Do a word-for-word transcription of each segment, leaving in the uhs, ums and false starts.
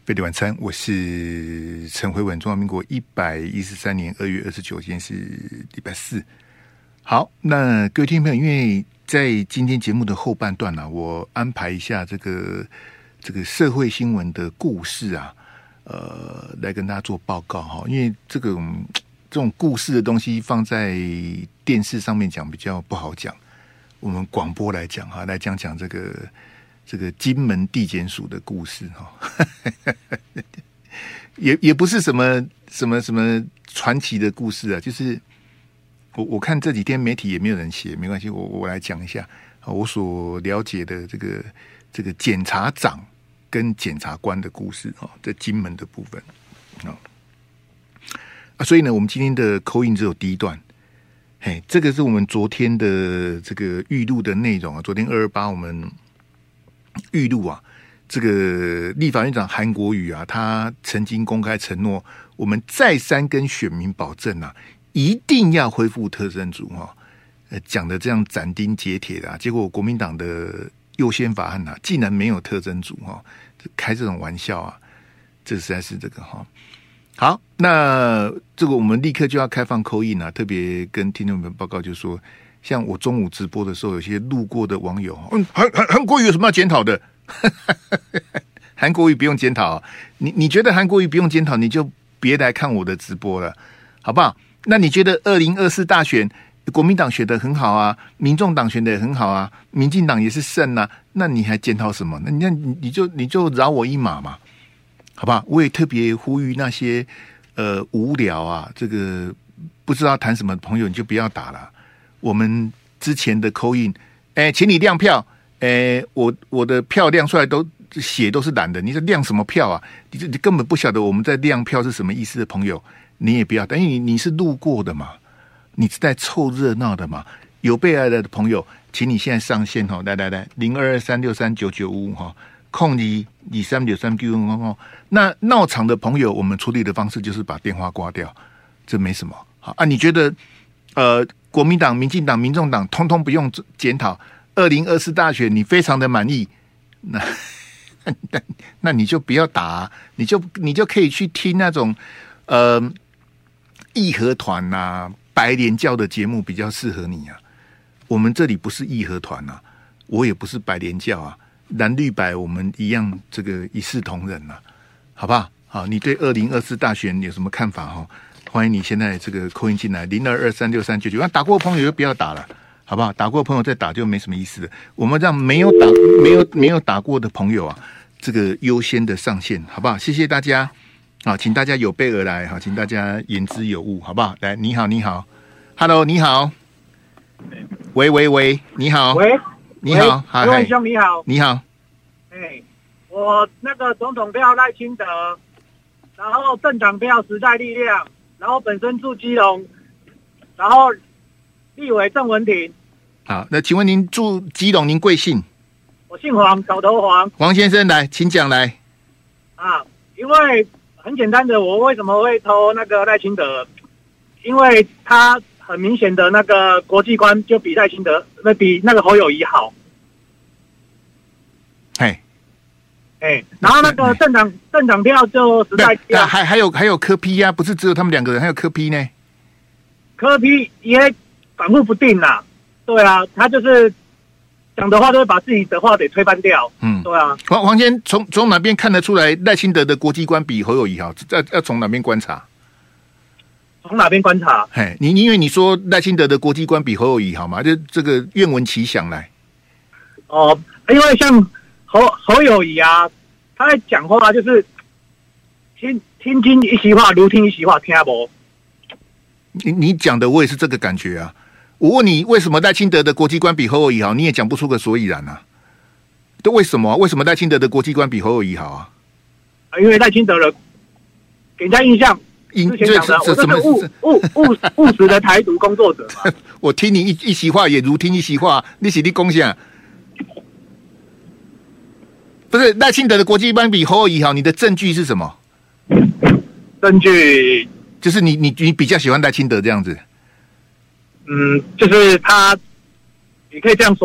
贝利晚餐，我是陈辉文，中华民国一百一十三年二月二十九，今天是礼拜四。好，那各位听众朋友，因为在今天节目的后半段啊，我安排一下这个这个社会新闻的故事啊，呃，来跟大家做报告哈。因为这个这种故事的东西放在电视上面讲比较不好讲，我们广播来讲哈，来讲讲这个。这个金门地检署的故事哈，也也不是什么什么什么传奇的故事啊，就是我我看这几天媒体也没有人写，没关系，我我来讲一下我所了解的这个这个检察长跟检察官的故事啊，在金门的部分啊，啊，所以呢，我们今天的call in只有第一段，嘿，这个是我们昨天的这个预录的内容啊，昨天二二八我们。预录啊，这个立法院长韩国瑜啊，他曾经公开承诺，我们再三跟选民保证啊，一定要恢复特侦组哈、哦，呃，讲的这样斩钉截铁的、啊，结果国民党的优先法案啊，竟然没有特侦组哈、哦，开这种玩笑啊，这实在是这个哈、哦。好，那这个我们立刻就要开放call in啊，特别跟听众们报告，就是说。像我中午直播的时候，有些路过的网友，嗯，韩韩韩国瑜有什么要检讨的？韩国瑜不用检讨，你你觉得韩国瑜不用检讨，你就别来看我的直播了，好不好？那你觉得二零二四大选，国民党选得很好啊，民众党选得也很好啊，民进党也是胜啊，那你还检讨什么？那你你你就你就饶我一马嘛，好不好？我也特别呼吁那些呃无聊啊，这个不知道谈什么的朋友，你就不要打了。我们之前的call in，哎，请你亮票，哎，我我的票亮出来都血都是蓝的，你这亮什么票啊？你这你根本不晓得我们在亮票是什么意思的朋友，你也不要，因为你你是路过的嘛，你是在凑热闹的嘛。有备而来的朋友，请你现在上线哈，来来来，零二二三六三九九五五哈，空二二三九三九五五。那闹场的朋友，我们处理的方式就是把电话挂掉，这没什么好啊。你觉得呃？国民党、民进党、民众党通通不用检讨。二零二四大选你非常的满意，那那那你就不要打、啊，你就你就可以去听那种呃义和团呐、白莲教的节目比较适合你啊。我们这里不是义和团啊，我也不是白莲教啊，蓝绿白我们一样这个一视同仁啊，好不好？好，你对二零二四大选有什么看法哈？欢迎你现在这个扣音进来零二二三六三九九，那打过的朋友就不要打了，好不好？打过的朋友再打就没什么意思了。我们让没有打、没有没有打过的朋友啊，这个优先的上线，好不好？谢谢大家，好，请大家有备而来，好，请大家言之有物，好不好？来，你好，你好 ，Hello， 你好，喂喂喂，你好， 喂， 你好， 各位兄你好， 你好， 哎，我那个总统票赖清德，然后政党票时代力量。然后本身住基隆，然后立委郑文婷。 好，那请问您住基隆，您贵姓？ 我姓黄，早头黄。 黄先生来，请讲来。 啊，因为很简单的，我为什么会投那个赖清德？因为他很明显的那个国际观就比赖清德，那比那个侯友宜好。 嘿。 哎，然后那个政党政党票就时代票， 还还有还有柯 P 呀、啊，不是只有他们两个人，还有柯 P 呢。 柯 P 也反复不定啦，对啊，他就是讲的话都会把自己的话给推翻掉，嗯，对啊。 黄黄先从从哪边看得出来赖清德的国际观比侯友宜好？要要从哪边观察？ 从哪边观察？ 嘿，你因为你说赖清德的国际观比侯友宜好嘛，就这个愿闻其详来。 哦，因为像。侯侯友宜啊，他在讲话就是听听君一席话，如听一席话，听不？ 你你讲的我也是这个感觉啊。我问你，为什么赖清德的国际观比侯友宜好？你也讲不出个所以然啊。都为什么、啊？为什么赖清德的国际观比侯友宜好啊？ 啊，因为赖清德的给人家印象，之前讲的，我这是务务务务实的台独工作者嘛。 我听你一一席话，也如听一席话，你是你讲啥？不是赖清德的国际观比侯友宜好，你的证据是什么？ 证据就是你你你比较喜欢赖清德这样子。 嗯，就是他，你可以这样说啦。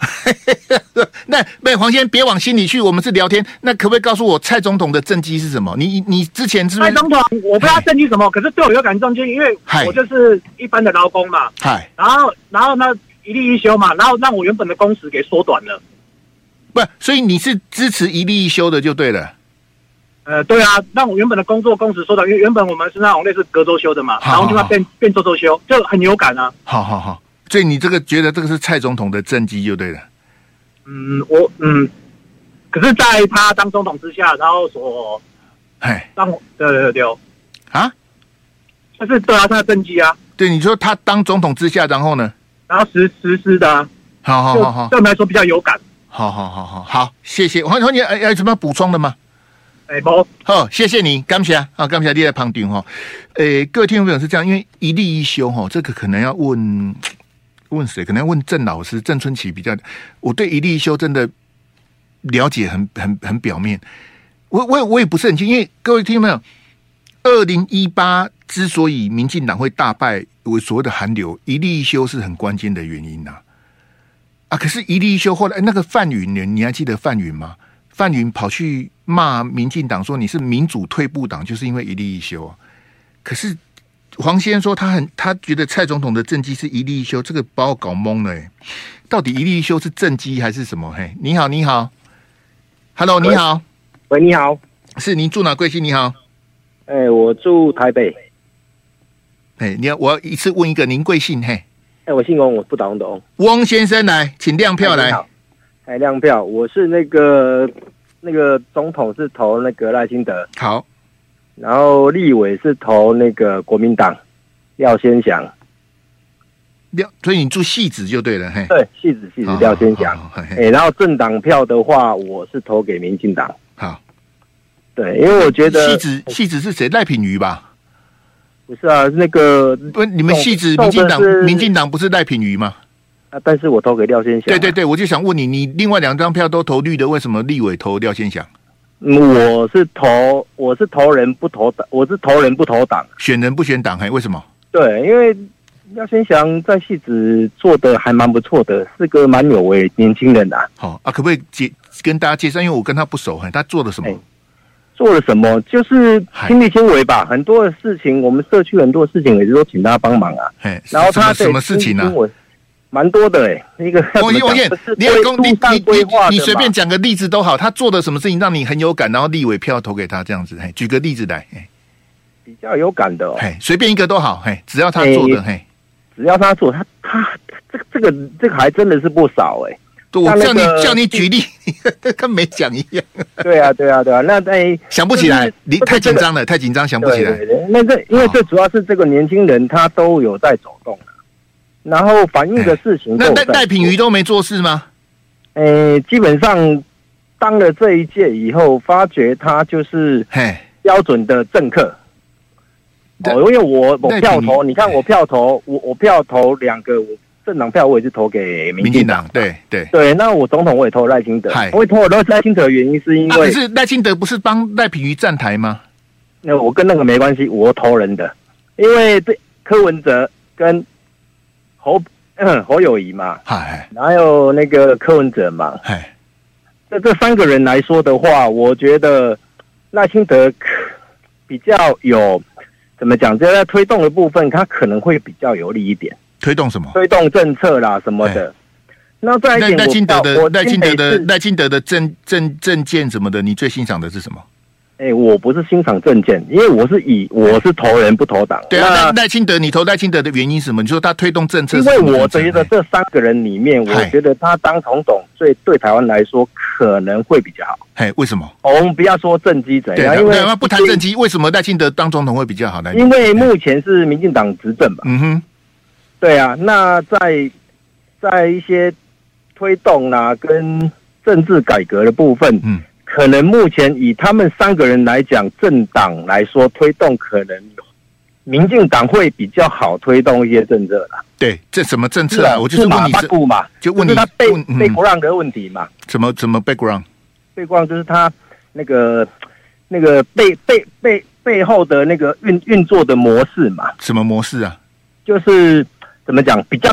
那那黄先别往心里去，我们是聊天。那可不可以告诉我蔡总统的政绩是什么？你你之前是不是？ 蔡总统，我不知道政绩什么，可是对我有感政绩，因为我就是一般的劳工嘛。 嗨， 然后然后呢一例一休嘛，然后让我原本的工时给缩短了。 不，所以你是支持一例一休的就对了。 呃，对啊，让我原本的工作工时缩短，因为原本我们是那种类似隔周休的嘛，然后就要变变周周休，就很有感啊。 好好好，所以你这个觉得这个是蔡总统的政绩就对了。 嗯，我嗯，可是在他当总统之下，然后所， 哎， 让我对对对对啊， 但是对啊，他的政绩啊， 对，你说他当总统之下，然后呢？ 然后实实施的、啊， 好好好好， 对我们来说比较有感。 好好好好好，谢谢黄黄姐，还有什么要补充的吗？ 哎，不， 好，谢谢你，感谢啊，感谢你来旁听哈。诶，各位听众朋友是这样，因为一例一休哈，这个可能要问问谁？可能要问郑老师，郑春琪比较。我对一例一休真的了解很很很表面，我我我也不是很清，因为各位听众朋友，二零一八之所以民进党会大败，为所谓的韩流，一例一休是很关键的原因呐、啊。啊，可是一例一休后来那个范云呢？你还记得范云吗？范云跑去骂民进党说你是民主退步党，就是因为一例一休啊。可是黄先生说他很他觉得蔡总统的政绩是一例一休，这个把我搞懵了哎、欸。到底一例一休是政绩还是什么？嘿，你好，你好 ，Hello， 你好， 喂，你好， 是您住哪？贵姓？你好， 哎、欸，我住台北。 哎、欸，你要我要一次问一个，您贵姓？嘿，哎、 欸，我姓翁，我不懂懂。 翁先生来，请亮票来。 欸哎，亮票，我是那个那个总统是投那个赖清德， 好， 然后立委是投那个国民党廖先祥， 廖，所以你住汐止就对了，嘿， 对，汐止汐止廖先祥，哎，然后政党票的话，我是投给民进党， 好， 对，因为我觉得汐止汐止是谁？赖品妤吧？ 不是啊，那个不，你们汐止民进党民进党不是赖品妤吗？ 啊！但是我投给廖先祥、啊。 对对对，我就想问你，你另外两张票都投绿的，为什么立委投廖先祥？ 嗯，我是投，我是投人不投党，我是投人不投党， 选人不选党，嘿，为什么？ 对，因为廖先祥在戏子做的还蛮不错的，是个蛮有为年轻人啊。 好、哦、啊，可不可以介跟大家介绍？因为我跟他不熟，嘿，他做了什么？ 做了什么？就是亲力亲为吧，很多的事情，我们社区很多事情也是都请他帮忙啊。然后他什么事情呢、啊？ 蛮多的哎、欸，一个王燕，王燕，你你你你随便讲个例子都好，他做的什么事情让你很有感，然后立委票投给他这样子，嘿，举个例子来，嘿， 比较有感的、哦， 嘿，随便一个都好，嘿，只要他做的，嘿， 只要他做，他他这个这个这个还真的是不少哎、 欸，我叫你叫你举例，跟没讲一样。 对啊，对啊，对啊，那哎想不起来，你太紧张了，太紧张，想不起来。 对对对，那这因为最主要是这个年轻人他都有在走动。然后反映的事情， 那那赖品妤都没做事吗？ 诶，基本上当了这一届以后，发觉他就是标准的政客。哦，因为我我票投，你看我票投，我我票投两个，我政党票我也是投给民进党， 对对对。那我总统我也投赖清德，我会投我赖清德的原因是因为， 可是赖清德不是帮赖品妤站台吗？ 那我跟那个没关系，我投人的，因为这柯文哲跟侯嗯侯友宜嘛，还有那个柯文哲嘛，这这三个人来说的话，我觉得赖清德比较有怎么讲，就在推动的部分，他可能会比较有利一点。 推动什么？ 推动政策啦什么的。那再一点， 赖清德的赖清德的赖清德的政政政见什么的，你最欣赏的是什么？ 哎、欸，我不是欣赏政见，因为我是以我是投人不投党。 对啊，赖清德，你投赖清德的原因是什么？你说他推动政策， 因为我觉得这三个人里面，我觉得他当总统，最对台湾来说可能会比较好。 嘿，为什么？ 我们不要说政绩怎样，因为不谈政绩，为什么赖清德当总统会比较好呢？ 因为目前是民进党执政吧。 嗯哼， 对啊，那在在一些推动啊跟政治改革的部分，嗯。可能目前以他们三个人来讲，政党来说推动，可能民进党会比较好推动一些政策啦。 对，这什么政策啊？我就是问你这嘛， 就问你他背背国让的问题嘛？ 什么什么 background？ background 就是他那个那个背背背背后的那个运运作的模式嘛？ 什么模式啊？ 就是怎么讲，比较推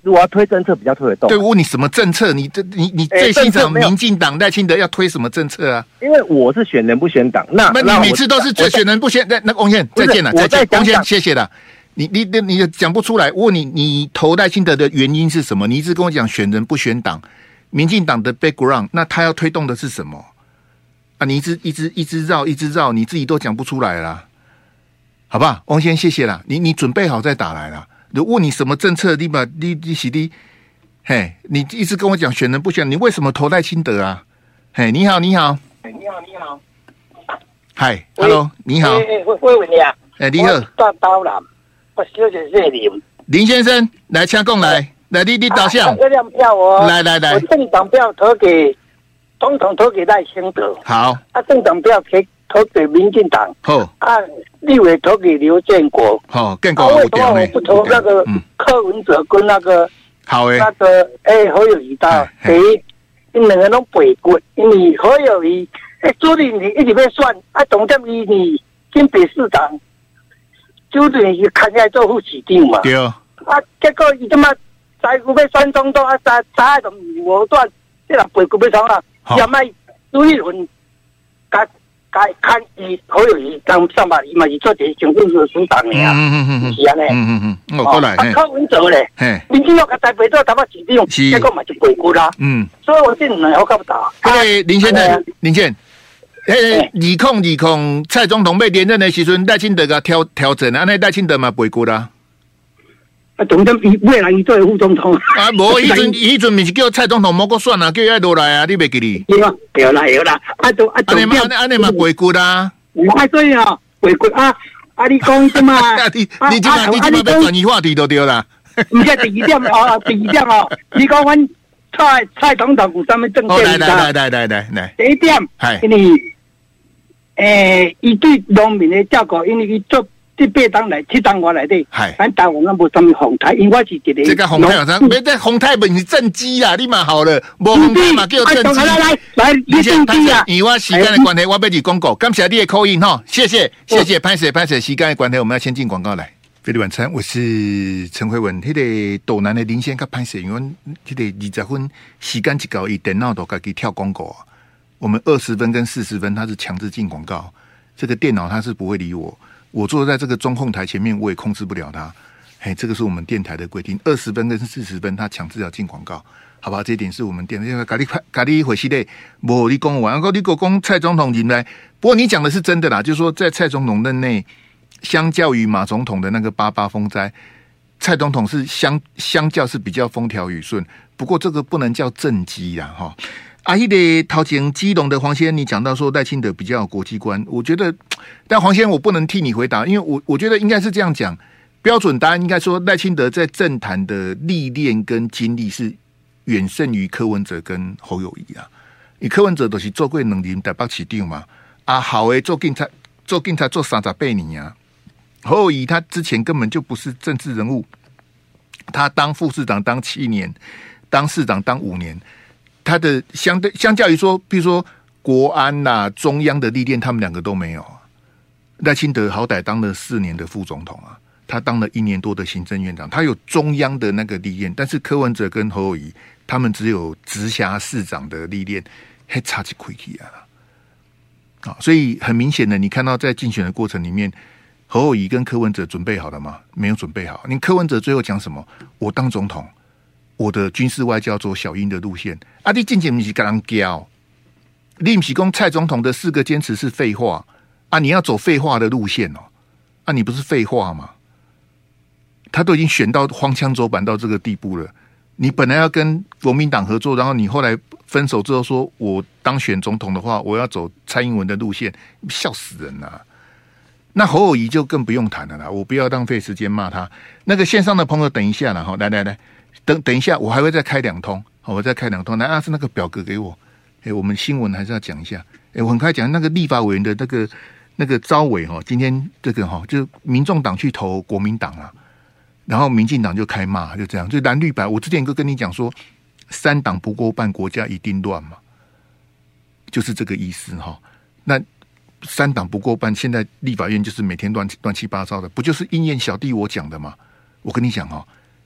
如果要推政策，比较推得动。 对，我问你什么政策？你这你你最欣赏民进党赖清德要推什么政策啊？ 因为我是选人不选党，那那你每次都是选选人不选。那那翁宪再见了，再见，翁宪谢谢了。你你你你讲不出来。我问你，你投赖清德的原因是什么？你一直跟我讲选人不选党，民进党的 background， 那他要推动的是什么啊？你一直一直一直绕一直绕，你自己都讲不出来啦，好不好？翁宪谢谢了，你你准备好再打来啦。我问你什么政策？你把你你洗的，嘿，你一直跟我讲选人不选，你为什么投赖清德啊？嘿，你好，你好， 你好，你好， 嗨 ，hello， 你好， 喂喂喂你啊， 哎，你好， 大刀男，我小姐谢林， 林先生，来，请讲来，来，你你导向， 这张票我来来来， 我政党票投给总统，投给赖清德， 好， 啊，政党票给投给民进党， 好， 啊，立委投给刘建国， 好，建国啊，为什么我不投那个柯文哲跟那个好诶， 那个哎侯友宜到？第一，因两个拢背骨，因为侯友宜哎朱立伦一直要选，啊，重点伊呢新北市长。朱立伦是看起来做副市长嘛， 对， 啊，结果伊他妈在乎要选总统啊，查查都无断，这人背骨要创啊，要卖朱立伦，甲甲看伊侯友宜当上吧，伊嘛是做一个政府是省党的啊， 嗯嗯嗯是安尼， 嗯嗯嗯，我过来， 啊，柯文哲咧，民进党甲台北做台北市长，结果嘛就背骨啦，嗯，所以我这两个搞不到。 哎，林先生，林先。诶，二控二控，蔡总统被连任的时阵，赖清德甲调调整，安尼赖清德嘛背骨啦。 啊，重点伊未来伊做副总统。 啊，无，迄阵迄阵咪是叫蔡总统莫个选啊，叫伊落来啊，你袂记哩？ 对啊，对啦，对啦，啊都啊重点。安尼安尼嘛背骨啦。 啊，所以啊，背骨啊，啊你讲什么？ 你你即嘛你即嘛要转移话题就对啦。 唔是第二點哦，第二點哦，你講阮蔡蔡總統有啥物政見？ 來來來來來來， 第一點，因為誒，伊對農民的照顧，因為伊做這八黨來七黨我來底，咱台灣咱無啥物紅太，因為我是一個。 這個紅太有啥？沒得紅太本是正機啦，你嘛好了，無紅太嘛叫正機。 來來來，你正機啊！ 因為我時間的關係，我要去廣告，感謝你的口音哈，謝謝謝謝，拍謝拍謝，時間的關係，我們要先進廣告來。菲律晚餐，我是陳慧文。迄、那個島南的林先較拍攝，因為迄個二十分時間一到，伊電腦都自己跳廣告啊。我們二十分跟四十分，它是強制進廣告，這個電腦它是不會理我。我坐在這個中控台前面，我也控制不了它。嘿，這個是我們電台的規定，二十分跟四十分，它強制要進廣告，好吧？這一點是我們電台。因為咖喱咖喱回系列，無你講完，然後你講蔡總統進來，不過你講的是真的啦，就是說在蔡總統任內。相較於馬總統的那個八八風災，蔡總統是相相較是比較風調雨順。不過這個不能叫政績啦，哈。阿一的桃前基隆的黃先生，你講到說賴清德比較有國際觀，我覺得，但黃先生我不能替你回答，因為我我覺得應該是這樣講，標準答案應該說賴清德在政壇的歷練跟經歷是遠勝於柯文哲跟侯友宜啊。你柯文哲都是做過兩年台北市長嘛，啊好誒做警察做警察做三十八年啊。侯友宜他之前根本就不是政治人物，他當副市長當七年，當市長當五年，他的相對相較於說，比如說國安啦、啊、中央的歷練，他們兩個都沒有。賴清德好歹當了四年的副總統啊，他當了一年多的行政院長，他有中央的那個歷練，但是柯文哲跟侯友宜他們只有直轄市長的歷練，還差一塊去啊！啊，所以很明顯的，你看到在競選的過程裡面。侯友宜跟柯文哲準備好了嗎？沒有準備好。你柯文哲最後講什麼？我當總統，我的軍事外交走小英的路線。啊，你進前不是跟人教，你不是說蔡總統的四個堅持是廢話啊？你要走廢話的路線哦？啊，你不是廢話嗎？他都已經選到荒腔走板到這個地步了。你本來要跟國民黨合作，然後你後來分手之後說，我當選總統的話，我要走蔡英文的路線，笑死人啊！那侯友宜就更不用談了啦，我不要浪費時間罵他。那個線上的朋友，等一下啦，哈，來來來，等等一下，我還會再開兩通，好，我再開兩通。來，阿是那個表格給我，哎，我們新聞還是要講一下。哎，我很快講那個立法委員的那個那個召委哈，今天這個哈，就民眾黨去投國民黨啊，然後民進黨就開罵，就這樣，就藍綠白。我之前就跟你講說，三黨不過半，國家一定亂嘛，就是這個意思哈。那。三黨不過半，現在立法院就是每天亂亂七八糟的，不就是應驗小弟我講的嗎？我跟你講哦，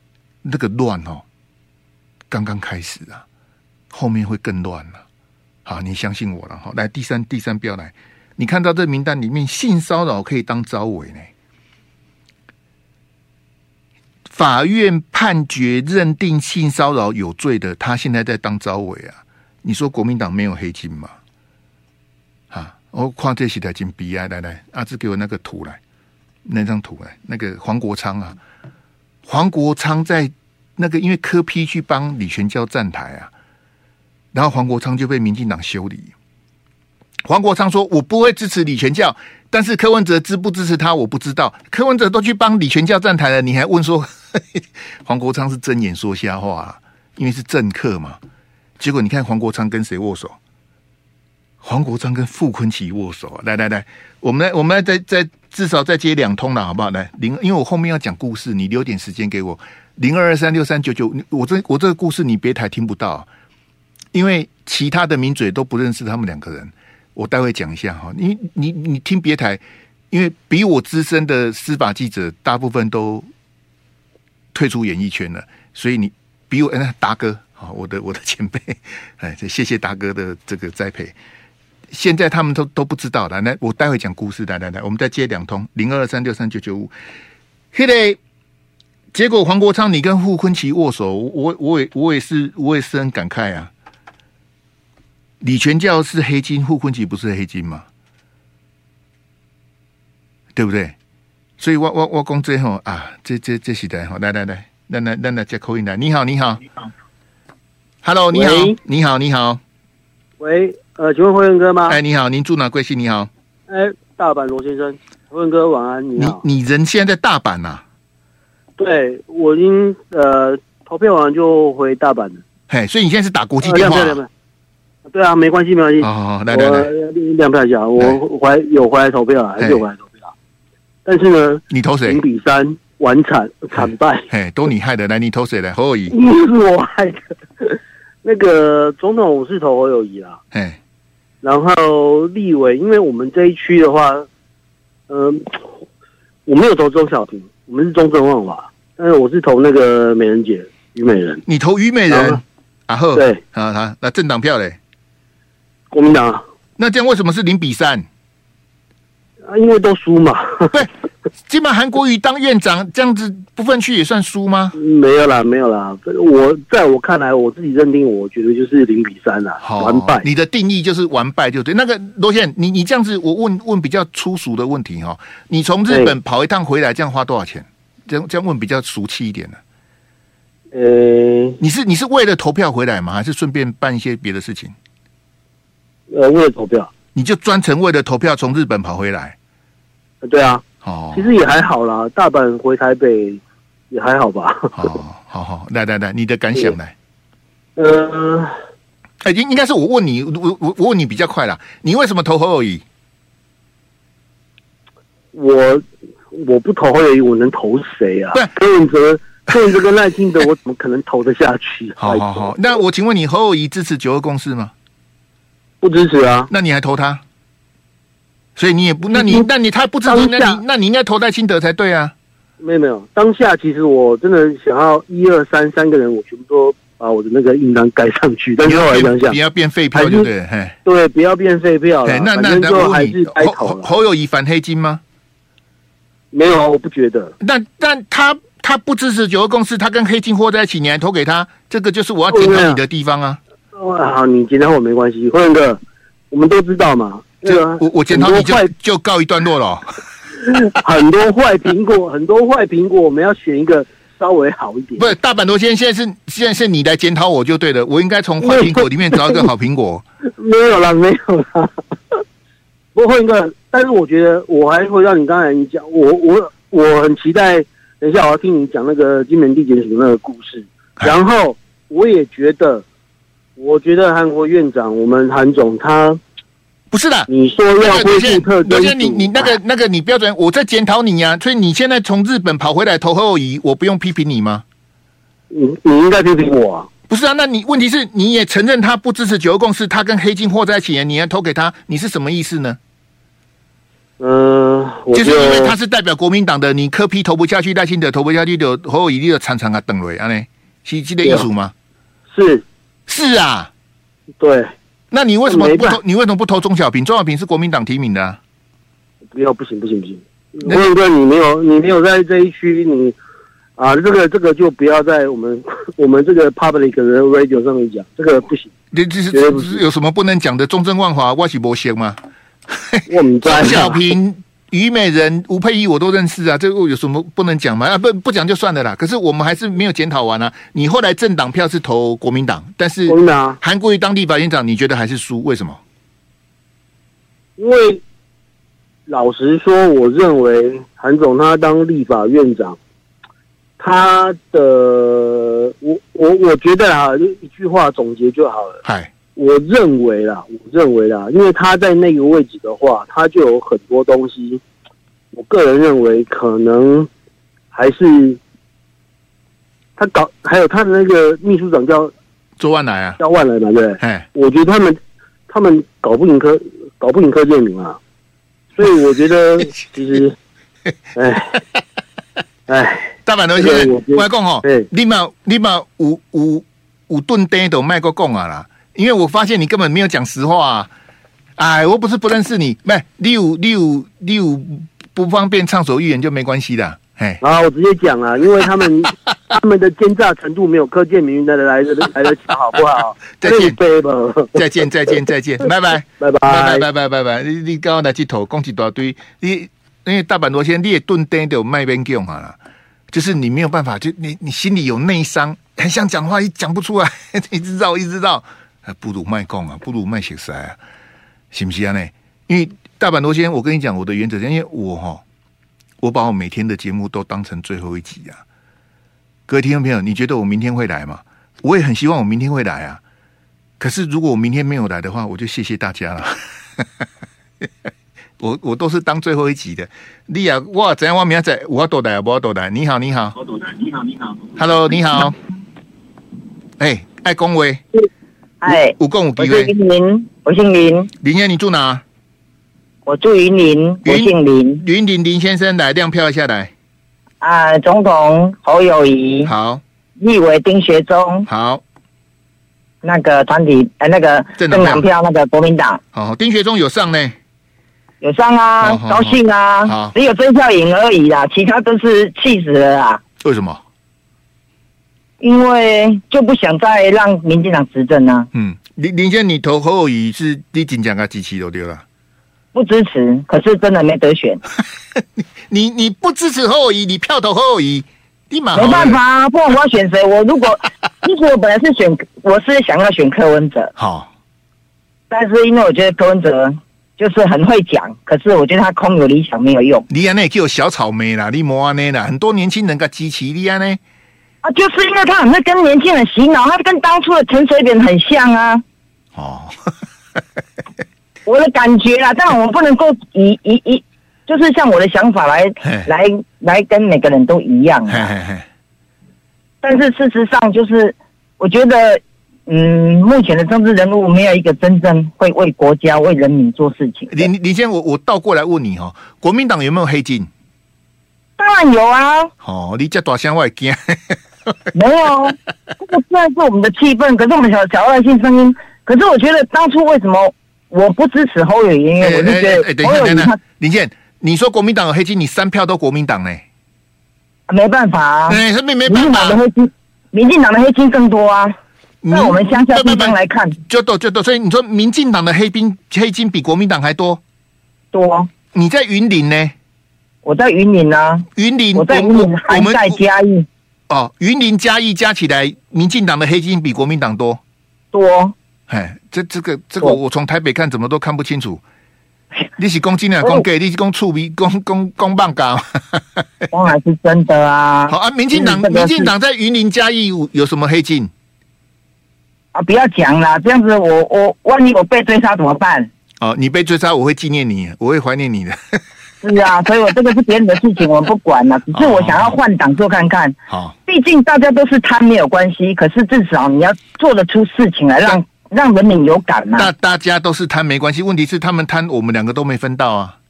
那个乱哦，刚刚开始啊，后面会更乱了。好，你相信我了哈。来，第三第三标来，你看到这名单里面，性骚扰可以当招委呢。法院判决认定性骚扰有罪的，他现在在当招委啊。你说国民党没有黑金吗？啊，我看这是台金悲哀。来来，阿志给我那个图来，那张图来，那个黄国昌啊，黄国昌在那个因为柯 P 去帮李全教站台啊。然后黄国昌就被民进党修理。黄国昌说：“我不会支持李全教，但是柯文哲支不支持他，我不知道。柯文哲都去帮李全教站台了，你还问说呵呵黄国昌是睁眼说瞎话啊？因为是政客嘛。结果你看黄国昌跟谁握手？黄国昌跟傅崐萁握手啊！来来来，我们来，我们来再再至少再接两通了，好不好？来零，因为我后面要讲故事，你留点时间给我。零二二三六三九九，我这我这个故事你别台听不到。”因为其他的名嘴都不认识他们两个人，我待会讲一下哈。你你你听别台，因为比我资深的司法记者大部分都退出演艺圈了，所以你比我哎达哥啊，我的我的前辈，哎，谢谢达哥的这个栽培。现在他们都都不知道了，来，我待会讲故事，来来来，我们再接两通零二三六三九九五。嘿嘞，结果黄国昌你跟傅崐萁握手，我我也我也是我也是很感慨啊。李全教是黑金，傅崐萁不是黑金吗？对不对？所以我我我讲这吼啊，这这这时代吼，来来来，来来来来接口音来。你好，你好，你好 ，Hello， 你好，你好，你好。 喂，呃，请问辉文哥吗？ 哎，你好，您住哪贵姓？你好。 哎，大阪罗先生，辉文哥晚安，你好。 你你人现在在大阪呐、啊？ 对，我已经呃投票完就回大阪了。 嘿，所以你现在是打国际电话、啊？ 呃对啊，没关系，没关系。 哦，来来来， 亮票一下，我回有回来投票，还是有回来投票。但是呢， 你投谁？ 零比三，完惨惨败。 嘿，都你害的，来，你投谁来？侯友宜， 是我害的。那个总统我是投侯友宜啦。嘿，然后立委，因为我们这一区的话，嗯、呃，我没有投周小平，我们是中正万华，但是我是投那个美人姐虞美人。 你投虞美人？啊呵， 对， 啊好，那政党票嘞？ 国民党。 那这样为什么是零比三？ 啊，因为都输嘛。 对，基本韩国瑜当院长这样子不分区也算输吗？ 没有啦，没有啦。我在我看来，我自己认定，我觉得就是零比三啦，完败。 你的定义就是完败就对。那个罗先生，你你这样子，我问问比较粗俗的问题哈。你从日本跑一趟回来，这样花多少钱？这样这样问比较俗气一点呢。 呃， 你是你是为了投票回来吗？还是顺便办一些别的事情？ 呃，为了投票， 你就专程为了投票从日本跑回来？ 呃、对啊， 哦， 其实也还好啦，大阪回台北也还好吧。 哦，好好，来来来，你的感想来。 呃， 哎，应应该是我问你，我我我问你比较快啦。你为什么投侯友宜？ 我我不投侯友宜，我能投谁啊？ 对， 柯文哲。柯文哲跟赖清德，我怎么可能投得下去？ 好好好，那我请问你，侯友宜支持九二共识吗？ 不支持啊。 那你还投他？所以你也不，那你那你他不支持，那你那你应该投赖清德才对啊。 没有没有，当下其实我真的想要一二三三个人，我全部都把我的那个印章盖上去。但是后来想想， 不要变废票，对不对？ 对，不要变废票了。 那那那最后还是该投了。 侯友宜反黑金吗？ 没有啊，我不觉得。 但但他。他不支持九二共识，他跟黑金和在一起，你还投给他，这个就是我要检讨你的地方啊！ 好，你检讨我没关系，辉文哥，我们都知道嘛。 这我我检讨你就就告一段落了。 很多坏苹果，很多坏苹果，我们要选一个稍微好一点。 不是大阪罗先生，现在是现在是你来检讨我就对了，我应该从坏苹果里面找一个好苹果。 没有啦，没有啦。不过辉文哥，但是我觉得我还会让你刚才你讲，我我我很期待。等一下，我要听你讲那个金门地检署那个故事。然后，我也觉得，我觉得韩国院长，我们韩总他不是的。 你说要恢复特征组，你你那个那个你标准，我在检讨你呀、啊。所以你现在从日本跑回来投侯友宜，我不用批评你吗？ 你你应该批评我啊。 不是啊，那你问题是你也承认他不支持九二共识，他跟黑金和在一起，你还投给他，你是什么意思呢？ 嗯、呃，我就是因为他是代表国民党的，你柯 P 投不下去，赖清德投不下去，就侯友宜你就常常啊等了啊呢，是这个意思吗？ 是是啊， 对。 那你为什么不投？你为什么不投钟小平？钟小平是国民党提名的、啊。 不要，不行，不行，不行。问哥，你没有，你没有在这一区，你啊，这个这个就不要在我们我们这个 public 的 radio 上面讲，这个不行。 这这是这是有什么不能讲的？中正万华，我是没先吗？ 我们钟小平、虞美人、吴佩仪我都认识啊，这个有什么不能讲吗？啊，不不讲就算了啦。可是我们还是没有检讨完啊。你后来政党票是投国民党，但是国民党韩国瑜当立法院长，你觉得还是输？为什么？ 因为老实说，我认为韩总他当立法院长，他的我我我觉得啊，一句话总结就好了。 嗨，我认为啦，我认为啦，因为他在那个位置的话，他就有很多东西，我个人认为可能还是他搞，还有他的那个秘书长叫周万来啊， 叫万来嘛，对不对？ 哎， 我觉得他们他们搞不赢柯，搞不赢柯建铭啊。所以我觉得，其实，哎，哎， 大阪头先生，我来讲吼，你嘛你嘛有有有顿呆都卖过讲啊啦，因为我发现你根本没有讲实话啊！哎，我不是不认识你，不，你有你有你有不方便畅所欲言就没关系的。哎， 啊，我直接讲啊，因为他们他们的奸诈程度没有柯建铭的来的来的强，好不好？ 再见，再见，再见，再见，拜拜， 拜拜， 拜拜，拜拜，拜拜。你你刚刚来去投，讲一大堆，你因为大阪罗先你也顿呆的卖边讲啊啦，就是你没有办法，就你你心里有内伤，很想讲话，一讲不出来，一直绕，一直绕，不如卖讲啊，不如卖写塞啊，是不是啊？呢？因为大阪罗先，我跟你讲我的原则，因为我哈。我把我每天的节目都当成最后一集啊！各位听众朋友，你觉得我明天会来吗？我也很希望我明天会来啊！可是如果我明天没有来的话，我就谢谢大家了。我我都是当最后一集的。你啊，我怎样？我明仔我要多来，我要多来。你好，你好，我多来。你好，你好 ，Hello， 你好。哎、欸，爱恭维。 哎， 有讲有机会。 我是林林，我姓林。 林燕，你住哪？ 我住云林，我姓林。 云林林先生来亮票下来。 啊、呃，总统侯友宜。 好。 立委丁学忠。 好。 那个团体，呃，那个政党票，那个国民党。 哦，丁学忠有上呢。 有上啊，哦、高兴啊。 好。 只有曾孝颖而已啦，其他都是气死了啦。 为什么？ 因为就不想再让民进党执政啊。 嗯，林林先生，你投侯友宜是你仅讲个几期都丢了。 不支持，可是真的没得选。 你你不支持侯友宜，你票投侯友宜，你马没办法啊，不然我要选谁？我如果其实我本来是选，我是想要选柯文哲。 好， 但是因为我觉得柯文哲就是很会讲，可是我觉得他空有理想没有用。 你安内叫小草莓啦，你莫安内啦，很多年轻人个支持你安内啊，就是因为他很会跟年轻人洗脑，他跟当初的陈水扁很像啊。 哦。 我的感觉啦，但我们不能够以以以，就是像我的想法来来来跟每个人都一样啊。 嘿嘿嘿， 但是事实上，就是我觉得，嗯，目前的政治人物没有一个真正会为国家、为人民做事情。 你你先，我我倒过来问你哈，国民党有没有黑金？ 当然有啊。 哦，你这大声我也惊。 没有，这个虽然是我们的气氛，可是我们小小老百姓声音。可是我觉得当初为什么？我不支持侯友宜，因为我就觉得侯友宜他林健，你说国民党有黑金，你三票都国民党呢、欸？ 没办法啊， 哎、欸，没没办法，民进党的黑金，民进党的黑金更多啊。那我们乡下地方来看， 就多就多，所以你说民进党的黑金黑金比国民党还多？ 多。 你在云林呢？ 我在云林啊， 云林， 我在云林，还在嘉义。 哦，云林嘉义加起来，民进党的黑金比国民党多。 多。 哎，这这个这个，我从台北看怎么都看不清楚。你是讲真啊，讲假，你是讲触鼻，讲讲讲棒高。 当然是真的啊。 好啊，民进党，民进党在云林嘉义有什么黑金？ 啊，不要讲啦，这样子我我万一我被追杀怎么办？ 哦，你被追杀，我会纪念你，我会怀念你的。 是啊，所以我这个是别人的事情，我们不管了。只是我想要换党做看看。 好， 毕竟大家都是贪没有关系，可是至少你要做得出事情来让。让人民有感嘛、啊？ 大大家都是贪没关系，问题是他们贪，我们两个都没分到啊。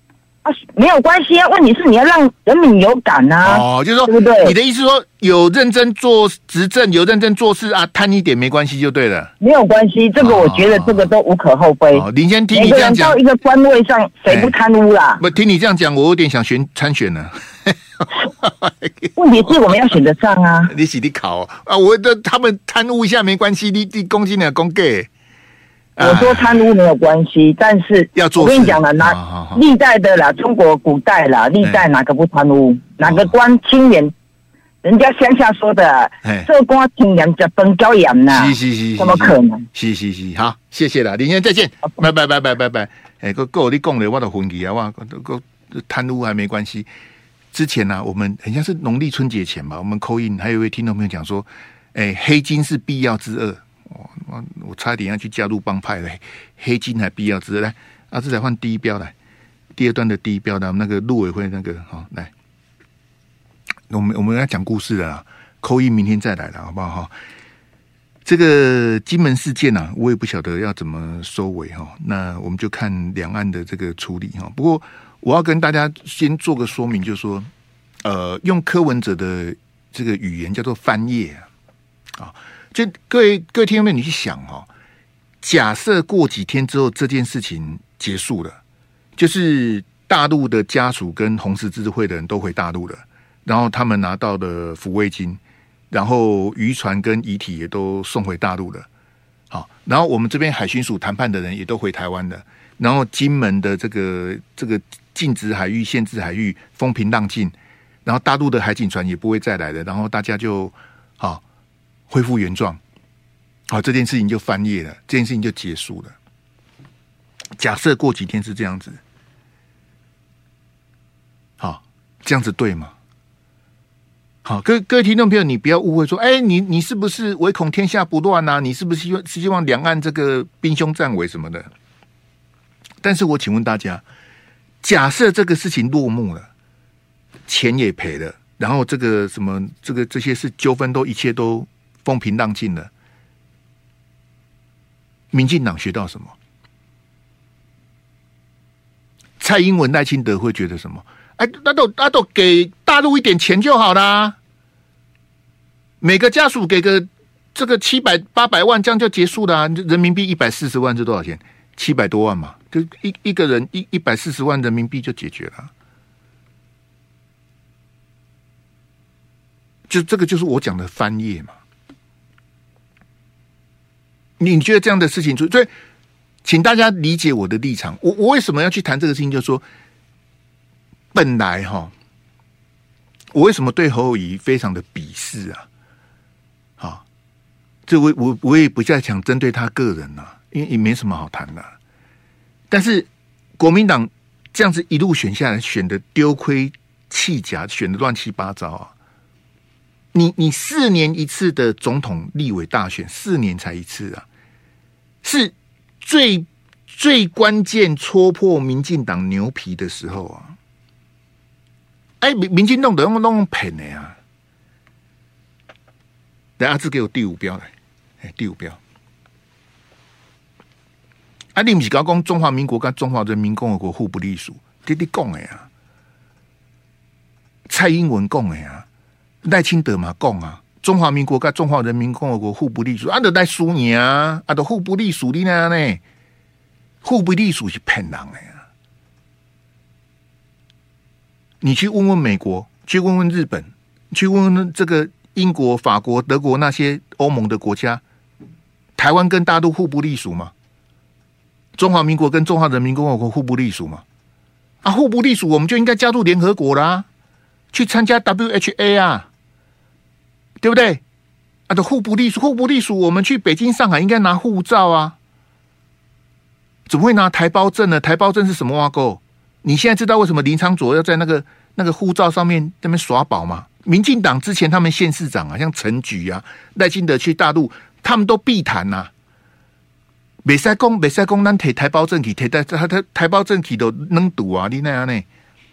啊，没有关系啊。问题是你要让人民有感啊。 哦，就是说， 对不对？ 你的意思说，有认真做执政，有认真做事啊，贪一点没关系就对了。 没有关系，这个我觉得这个都无可厚非。 哦，林先听你这样讲， 每个人到一个官位上，谁不贪污啦？ 不听你这样讲，我有点想选参选了。 问题是我们要选得上啊。 你洗你考啊，我的他们贪污一下没关系，你你公斤两公给。 我说贪污没有关系，但是要做。 我跟你讲了，哪历代的啦，中国古代啦，历代哪个不贪污？哪个官清廉？人家乡下说的，做官清廉就崩交盐呐。 是是是， 怎么可能？ 是是是，好，谢谢了，林先生再见，拜拜拜拜拜拜。哎，个个你讲的我都昏去啊，我个贪污还没关系。之前呢、啊，我们很像是农历春节前吧，我们call in还有一位听众朋友讲说，哎，黑金是必要之恶。我我差点要去加入帮派了，黑金还必要之恶。来，阿志才换第一标来，第二段的第一标的那个陆委会那个好、哦、来，我们我们要讲故事了啦，call in明天再来了，好不好哈？这个金门事件啊，我也不晓得要怎么收尾哈。那我们就看两岸的这个处理哈。不过我要跟大家先做个说明，就是说，呃，用柯文哲的这个语言叫做翻页啊。就各位各位听众们，你去想哦，假设过几天之后这件事情结束了，就是大陆的家属跟红十字会的人都回大陆了，然后他们拿到了抚慰金，然后渔船跟遗体也都送回大陆了。好，然后我们这边海巡署谈判的人也都回台湾了，然后金门的这个这个禁止海域、限制海域风平浪静，然后大陆的海警船也不会再来了，然后大家就好。恢复原状，好，这件事情就翻页了，这件事情就结束了。假设过几天是这样子，好，这样子对吗？好，各各位听众朋友，你不要误会说，哎，你你是不是唯恐天下不乱啊？你是不是希望希望两岸这个兵凶战危什么的？但是我请问大家，假设这个事情落幕了，钱也赔了，然后这个什么这个这些事纠纷都一切都风平浪静了，民进党学到什么？蔡英文、赖清德会觉得什么？哎，那都那都给大陆一点钱就好啦，每个家属给个这个七百八百万，这样就结束了、啊。人民币一百四十万是多少钱？七百多万嘛，就一一个人一一百四十万人民币就解决了。就这个就是我讲的翻页嘛。你觉得这样的事情，所以请大家理解我的立场。我我为什么要去谈这个事情？就是说，本来哈，我为什么对侯友宜非常的鄙视啊？好，这我我我也不再想针对他个人啊，因为也没什么好谈的。但是国民党这样子一路选下来，选的丢盔弃甲，选的乱七八糟啊！你你四年一次的总统立委大选，四年才一次啊，是最最关键戳破民进党牛皮的时候啊！哎，民民进党都用弄骗的啊！来，阿志给我第五标来，哎，第五标。啊，你不是刚讲中华民国跟中华人民共和国互不隶属？你你讲的啊，蔡英文讲的啊。赖清德嘛讲啊，中华民国跟中华人民共和国互不隶属，啊，就赖输赢啊，啊，都互不隶属你那呢？互不隶属是骗人的啊！你去问问美国，去问问日本，去问问这个英国、法国、德国那些欧盟的国家，台湾跟大陆互不隶属吗？中华民国跟中华人民共和国互不隶属吗？啊，互不隶属，我们就应该加入联合国啦，去参加 W H A 啊！对不对？啊，的互不隶属，互不隶属，我们去北京、上海应该拿护照啊，怎么会拿台胞证呢？台胞证是什么挖沟？你现在知道为什么林昶佐要在那个那个护照上面那边耍宝吗？民进党之前他们县市长啊，像陈菊啊、赖清德去大陆，他们都避谈呐、啊。没使讲，没使讲，咱提台胞证去，提台台台台胞证去都能赌啊！你那样呢？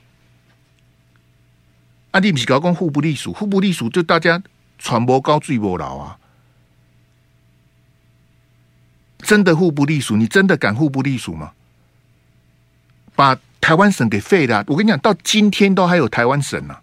啊，你不是搞讲互不隶属，互不隶属就大家。船无高水无老啊！真的互不隶属，你真的敢互不隶属吗？把台湾省给废了、啊。我跟你讲，到今天都还有台湾省啊。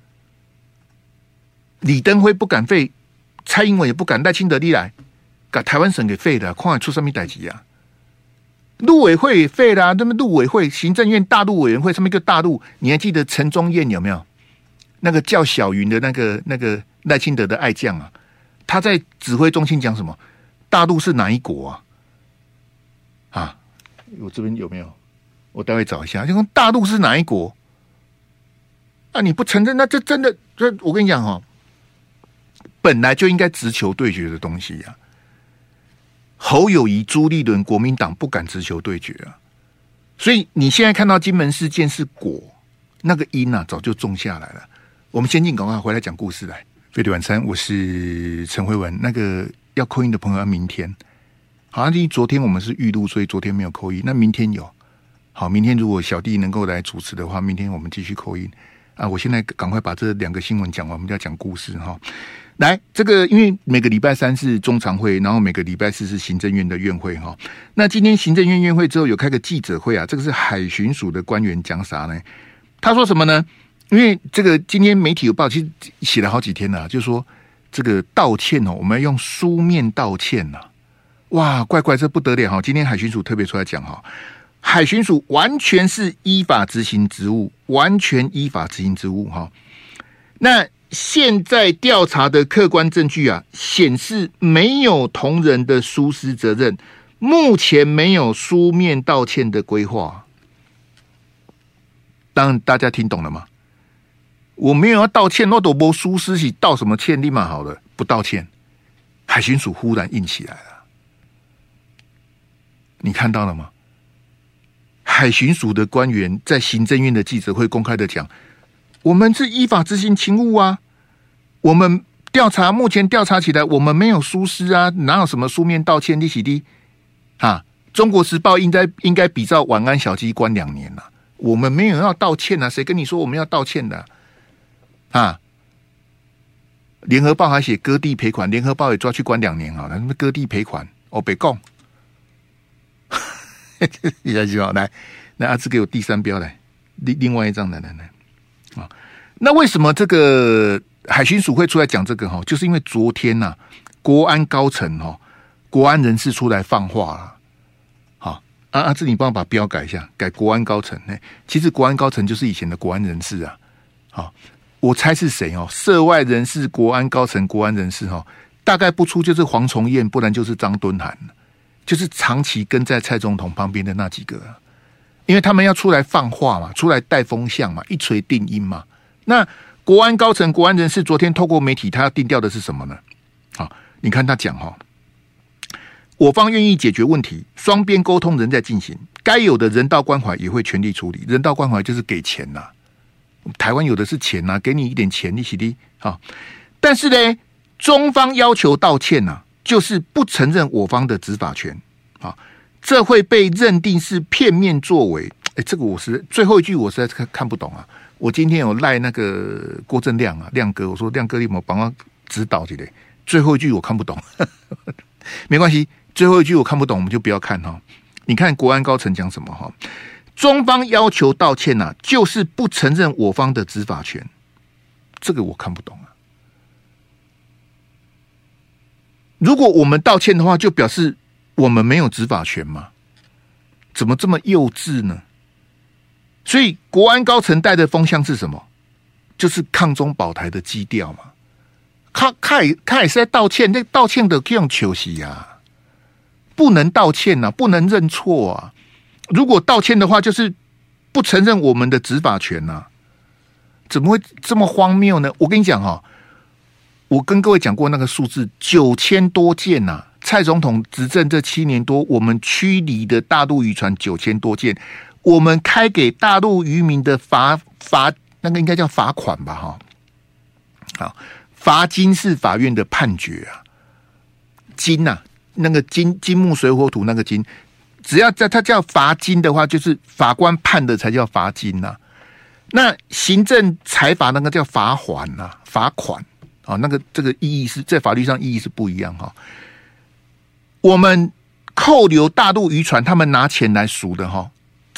李登辉不敢废，蔡英文也不敢，赖清德你来，把台湾省给废了、啊，看出什么代志啊？陆委会也废了、啊，那么陆委会、行政院大陆委员会上面一个大陆，你还记得陈宗彦有没有？那个叫小云的那个那个赖清德的爱将啊，他在指挥中心讲什么？大陆是哪一国啊？啊，我这边有没有？我待会找一下。就说大陆是哪一国？啊，你不承认，那这真的，这我跟你讲哦，本来就应该直球对决的东西啊。侯友宜、朱立伦、国民党不敢直球对决啊，所以你现在看到金门事件是果，那个因啊早就种下来了。我们先进广告回来讲故事来。飞碟晚餐，我是陈慧文。那个要扣音的朋友要明天，好像因为昨天我们是预录，所以昨天没有扣音。那明天有，好，明天如果小弟能够来主持的话，明天我们继续扣音啊。我现在赶快把这两个新闻讲完，我们就要讲故事哈。来，这个因为每个礼拜三是中常会，然后每个礼拜四是行政院的院会哈。那今天行政院院会之后有开个记者会啊，这个是海巡署的官员讲啥呢？他说什么呢？因为这个今天媒体有报，其实写了好几天了、啊，就说这个道歉哦，我们要用书面道歉呐、啊。哇，怪怪，这不得了哈！今天海巡署特别出来讲哈，海巡署完全是依法执行职务，完全依法执行职务哈。那现在调查的客观证据啊，显示没有同仁的疏失责任，目前没有书面道歉的规划。当然，大家听懂了吗？我没有要道歉，我都没疏失，是道什么歉？立马好了，不道歉。海巡署忽然硬起来了，你看到了吗？海巡署的官员在行政院的记者会公开的讲，我们是依法执行勤务啊，我们调查目前调查起来，我们没有疏失啊，哪有什么书面道歉？利息低啊！中国时报应该应该比照晚安小鸡关两年了、啊，我们没有要道歉啊，谁跟你说我们要道歉的啊？啊联合报还写割地赔款，联合报也抓去关两年好了，那割地赔款，哦，别讲。你来就好，来，那阿志给我第三标来，另另外一张来来来，啊，那为什么这个海巡署会出来讲这个哈？就是因为昨天呐、啊，国安高层哈，国安人士出来放话了，好，阿阿志你帮我把标改一下，改国安高层，哎，其实国安高层就是以前的国安人士啊，好，我猜是谁哦？涉外人士、国安高层、国安人士哈，大概不出就是黄崇彦，不然就是张敦涵。就是长期跟在蔡总统旁边的那几个、啊，因为他们要出来放话嘛，出来带风向嘛，一锤定音嘛。那国安高层、国安人士昨天透过媒体，他要定调的是什么呢？好，你看他讲哈，我方愿意解决问题，双边沟通仍在进行，该有的人道关怀也会全力处理。人道关怀就是给钱呐、啊，台湾有的是钱呐、啊，给你一点钱，利息低啊。但是呢，中方要求道歉呐、啊。就是不承认我方的执法权啊，这会被认定是片面作为。哎，这个我是最后一句我实在看看不懂啊。我今天有赖那个郭正亮啊，亮哥，我说亮哥，你有没有帮我指导之类？最后一句我看不懂，没关系，最后一句我看不懂，我们就不要看哈。你看国安高层讲什么哈？中方要求道歉呐、啊，就是不承认我方的执法权，这个我看不懂啊。如果我们道歉的话，就表示我们没有执法权吗？怎么这么幼稚呢？所以国安高层带的风向是什么？就是抗中保台的基调嘛。他他也他也是在道歉，那道歉的用球席啊，不能道歉啊，不能认错啊。如果道歉的话，就是不承认我们的执法权啊。怎么会这么荒谬呢？我跟你讲哈、哦。我跟各位讲过那个数字，九千多件呐、啊！蔡总统执政这七年多，我们驱离的大陆渔船九千多件，我们开给大陆渔民的罚罚那个应该叫罚款吧？哈，好，罚金是法院的判决啊，金呐、啊，那个金金木水火土那个金，只要在它叫罚金的话，就是法官判的才叫罚金呐、啊。那行政裁罚那个叫罚款呐、啊，罚款。啊，那个这个意义是在法律上意义是不一样哈。我们扣留大陆渔船，他们拿钱来赎的哈，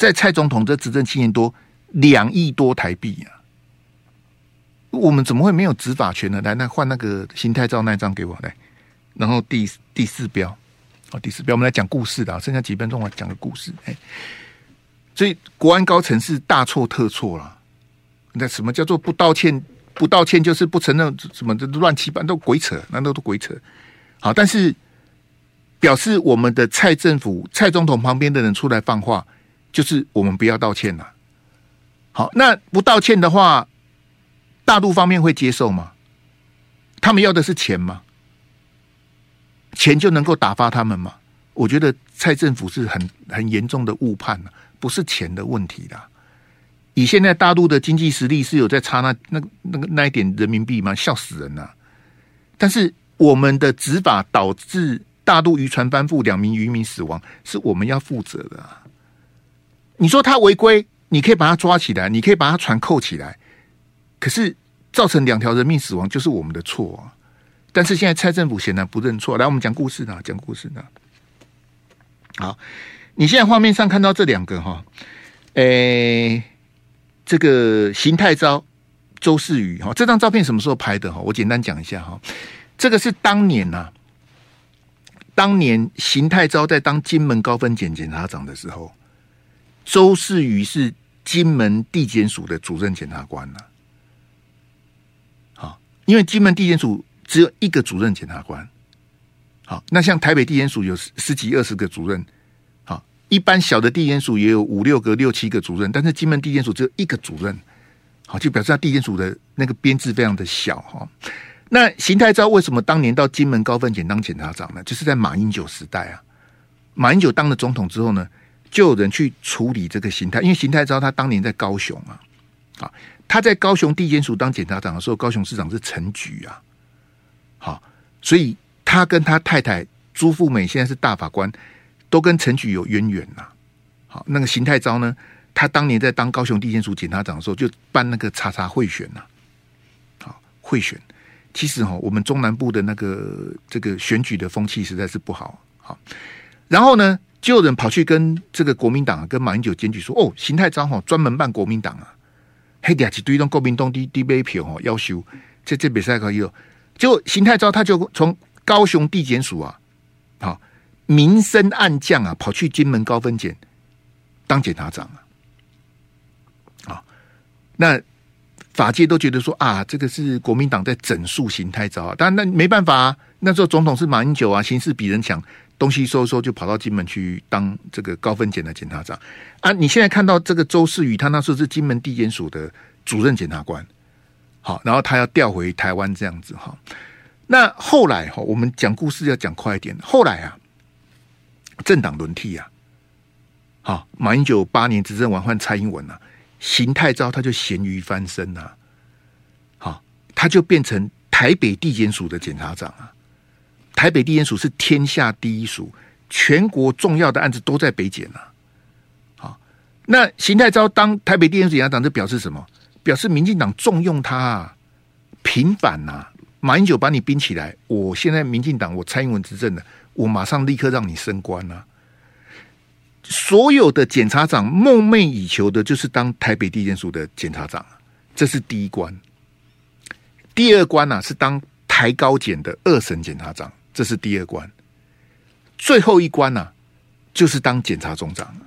在蔡总统这执政七年多，两亿多台币啊！我们怎么会没有执法权呢？来，那换那个形态照那一张给我来，然后第第四标，哦，第四标，我们来讲故事的，剩下几分钟我讲个故事。哎，所以国安高层是大错特错了。那什么叫做不道歉？不道歉就是不承认什么的乱七八糟，都鬼扯，那都都鬼扯。好，但是表示我们的蔡政府、蔡总统旁边的人出来放话，就是我们不要道歉了。好，那不道歉的话，大陆方面会接受吗？他们要的是钱吗？钱就能够打发他们吗？我觉得蔡政府是很很严重的误判了，不是钱的问题啦。以现在大陆的经济实力是有在差那那那个那一点人民币吗？笑死人了！但是我们的执法导致大陆渔船翻覆，两名渔民死亡，是我们要负责的啊。你说他违规，你可以把他抓起来，你可以把他船扣起来，可是造成两条人命死亡就是我们的错啊。但是现在蔡政府显然不认错。来，我们讲故事呢，讲故事呢。好，你现在画面上看到这两个哈，诶。这个邢太昭、周世瑜哈，这张照片什么时候拍的哈？我简单讲一下哈。这个是当年呐、啊，当年邢太昭在当金门高分检检察长的时候，周世瑜是金门地检署的主任检察官呐、啊。好，因为金门地检署只有一个主任检察官。好，那像台北地检署有十几二十个主任。一般小的地检署也有五六个、六七个主任，但是金门地检署只有一个主任，好，就表示他地检署的那个编制非常的小哈。那邢太昭为什么当年到金门高分检当检察长呢？就是在马英九时代啊，马英九当了总统之后呢，就有人去处理这个邢太，因为邢太昭他当年在高雄啊，啊，他在高雄地检署当检察长的时候，高雄市长是陈菊啊，好，所以他跟他太太朱富美现在是大法官。都跟陈菊有渊源呐、啊。好，那个邢太昭呢，他当年在当高雄地检署检察长的时候，就办那个叉叉贿选呐、啊。好，贿选，其实哈、哦，我们中南部的那个这个选举的风气实在是不好。好，然后呢，就有人跑去跟这个国民党、啊、跟马英九检举说，哦，邢太昭哈、哦、专门办国民党啊，黑俩几堆东国民党低低杯票哦，要求这这比赛可以哦。结果邢太昭他就从高雄地检署啊，好。明升暗降啊，跑去金门高分检当检察长啊！啊，那法界都觉得说啊，这个是国民党在整肃邢太昭啊。当然，那没办法啊，那时候总统是马英九啊，形势比人强，东西收收就跑到金门去当这个高分检的检察长啊。你现在看到这个周世瑜，他那时候是金门地检署的主任检察官，好，然后他要调回台湾这样子哈。那后来哈，我们讲故事要讲快一点，后来啊。政党轮替啊，好，马英九八年执政完换蔡英文啊，邢太昭他就咸鱼翻身啊，好，他就变成台北地检署的检察长啊。台北地检署是天下第一署，全国重要的案子都在北检啊。好，那邢太昭当台北地检署检察长，这表示什么？表示民进党重用他啊，平反啊。马英九把你冰起来，我现在民进党我蔡英文执政了。我马上立刻让你升官啊！所有的检察长梦寐以求的就是当台北地检署的检察长，这是第一关。第二关啊是当台高检的二审检察长，这是第二关。最后一关啊就是当检察总长。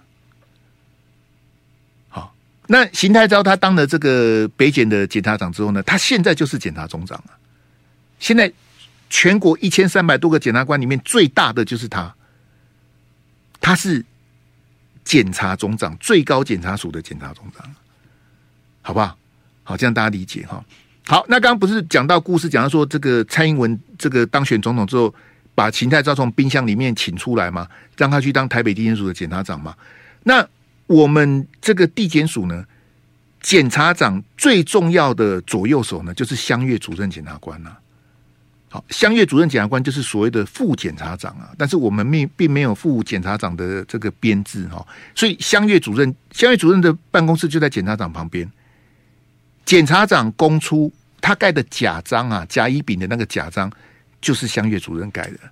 好，那邢太昭他当了这个北检的检察长之后呢，他现在就是检察总长啊。现在。全国一千三百多个检察官里面最大的就是他，他是检察总长，最高检察署的检察总长，好不好？好，这样大家理解哈。好，那刚刚不是讲到故事，讲到说这个蔡英文这个当选总统之后，把邢太昭从冰箱里面请出来嘛，让他去当台北地检署的检察长嘛。那我们这个地检署呢，检察长最重要的左右手呢，就是乡岳主任检察官啊。好，乡岳主任检察官就是所谓的副检察长啊，但是我们并并没有副检察长的这个编制哈，所以乡岳主任乡岳主任的办公室就在检察长旁边。检察长公出他盖的甲章啊，甲乙丙的那个甲章，就是乡岳主任盖的。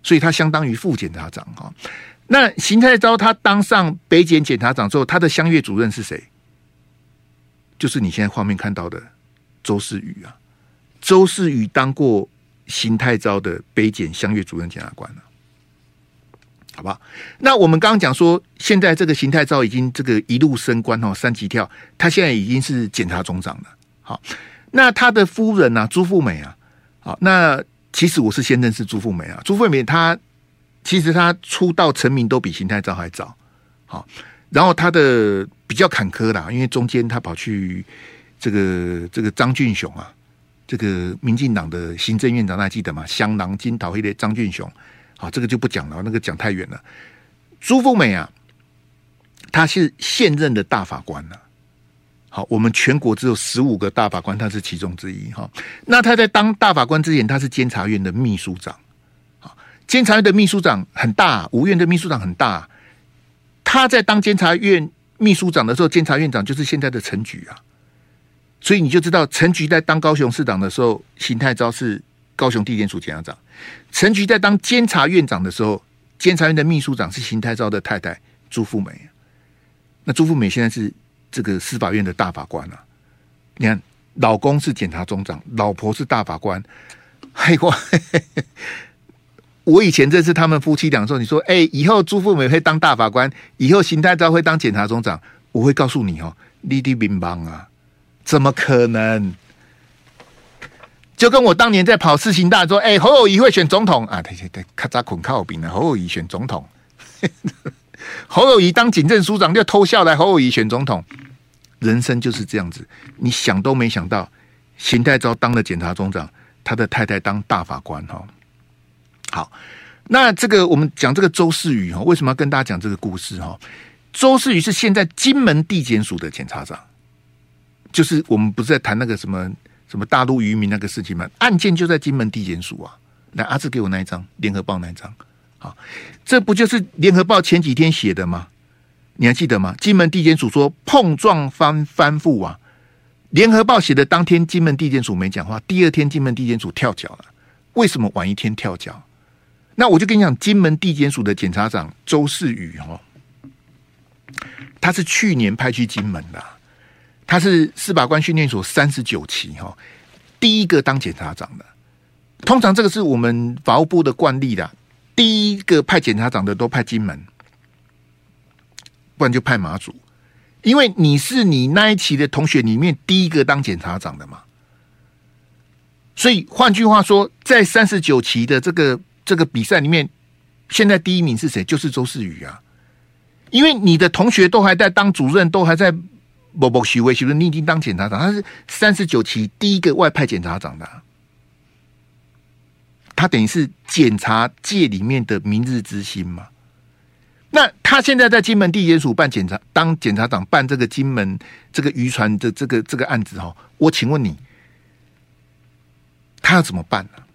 所以他相当于副检察长哈。那邢太昭他当上北检检察长之后，他的乡岳主任是谁？就是你现在画面看到的周世宇啊。周世宇当过邢太昭的北检乡岳主任检察官了。好不好？那我们刚刚讲说，现在这个邢太昭已经这个一路升官哦，三级跳，他现在已经是检察总长了。好，那他的夫人啊，朱富美啊，好，那其实我是先认识朱富美啊，朱富美她其实她出道成名都比邢太昭还早。好，然后她的比较坎坷啦，因为中间她跑去这个这个张俊雄啊，这个民进党的行政院长，大家记得吗？香囊金桃黑的张俊雄。好，这个就不讲了，那个讲太远了。朱富美啊，她是现任的大法官啊。好，我们全国只有十五个大法官，她是其中之一哈。那她在当大法官之前，她是监察院的秘书长。好，监察院的秘书长很大，五院的秘书长很大。他在当监察院秘书长的时候，监察院长就是现在的陈菊啊。所以你就知道，陈菊在当高雄市长的时候，邢太昭是高雄地检署检察长。陈菊在当监察院长的时候，监察院的秘书长是邢太昭的太太朱富美。那朱富美现在是这个司法院的大法官啊。你看，老公是检察总长，老婆是大法官。嘿，我我以前认识他们夫妻俩的时候，你说，哎、欸，以后朱富美会当大法官，以后邢太昭会当检察总长，我会告诉你哦，你的乒乓啊，怎么可能？就跟我当年在跑世新大说，哎、欸，侯友宜会选总统啊，对对对，咔嚓捆靠饼了，侯友宜选总统，侯友宜当警政署长就偷笑来，侯友宜选总统，人生就是这样子，你想都没想到，邢太昭当了检察总长，他的太太当大法官哈。好，那这个我们讲这个周世宇哈，为什么要跟大家讲这个故事哈？周世宇是现在金门地检署的检察长，就是我们不是在谈那个什么。什么大陆渔民那个事情嘛，案件就在金门地检署啊。来，阿志给我那一张联合报那一张，好，这不就是联合报前几天写的吗？你还记得吗？金门地检署说碰撞翻翻覆啊，联合报写的当天金门地检署没讲话，第二天金门地检署跳脚了。为什么晚一天跳脚？那我就跟你讲，金门地检署的检察长周世宇哦，他是去年派去金门的、啊。他是司法官训练所三十九期哈，第一个当检察长的。通常这个是我们法务部的惯例啦，第一个派检察长的都派金门，不然就派马祖，因为你是你那一期的同学里面第一个当检察长的嘛。所以换句话说，在三十九期的这个这个比赛里面，现在第一名是谁？就是周世宇啊，因为你的同学都还在当主任，都还在。不不，许巍，许巍，你已经当检察长，他是三十九期第一个外派检察长的、啊，他等于是检察界里面的明日之星嘛。那他现在在金门地检署办检察，当检察长办这个金门这个渔船的这个这个案子哈，我请问你，他要怎么办呢、啊？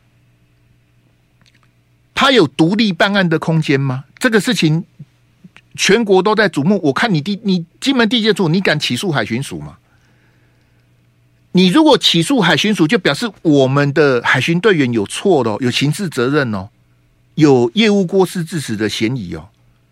他有独立办案的空间吗？这个事情。全国都在瞩目，我看你地你金门地检署，你敢起诉海巡署吗？你如果起诉海巡署，就表示我们的海巡队员有错了，有刑事责任哦，有业务过失致死的嫌疑哦，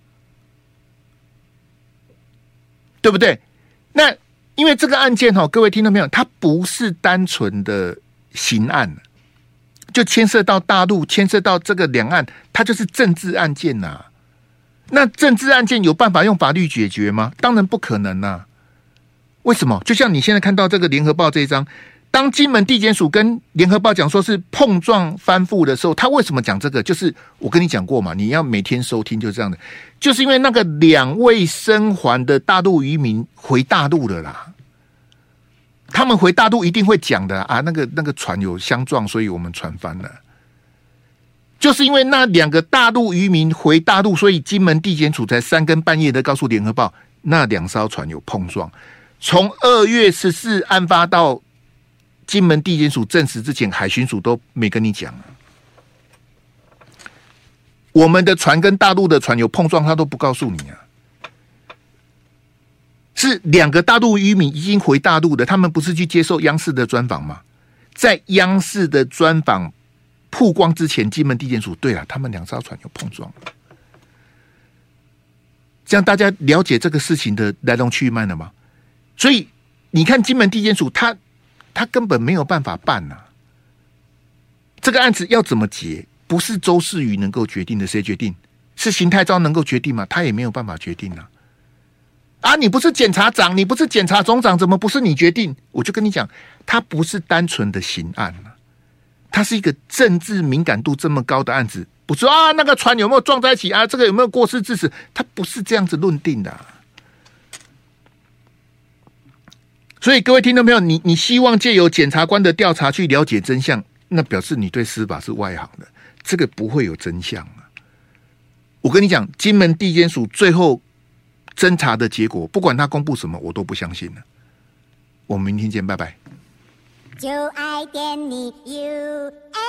对不对？那因为这个案件哈、哦，各位听到没有？它不是单纯的刑案，就牵涉到大陆，牵涉到这个两岸，它就是政治案件呐、啊。那政治案件有办法用法律解决吗？当然不可能啊！为什么？就像你现在看到这个联合报这一章，当金门地检署跟联合报讲说是碰撞翻覆的时候，他为什么讲这个？就是我跟你讲过嘛，你要每天收听，就是这样的，就是因为那个两位生还的大陆渔民回大陆了啦，他们回大陆一定会讲的啊，那个那个船有相撞，所以我们船翻了。就是因为那两个大陆渔民回大陆，所以金门地检署才三更半夜的告诉联合报，那两艘船有碰撞。从二月十四案发到金门地检署证实之前，海巡署都没跟你讲。我们的船跟大陆的船有碰撞，他都不告诉你啊。是两个大陆渔民已经回大陆的，他们不是去接受央视的专访吗？在央视的专访。 曝光之前，金门地检署对了，他们两艘船有碰撞，这样大家了解这个事情的来龙去脉了吗？所以你看，金门地检署他他根本没有办法办呐、啊，这个案子要怎么结，不是周世瑜能够决定的，谁决定？是邢太昭能够决定吗？他也没有办法决定啊！啊，你不是检察长，你不是检察总长，怎么不是你决定？我就跟你讲，他不是单纯的刑案啊，它是一个政治敏感度这么高的案子，不是啊，那个船有没有撞在一起啊？这个有没有过失致死？它不是这样子论定的、啊。所以各位听众朋友，你你希望借由检察官的调查去了解真相，那表示你对司法是外行的，这个不会有真相啊。我跟你讲，金门地检署最后侦查的结果，不管他公布什么，我都不相信了。我们明天见，拜拜。就爱点你 U。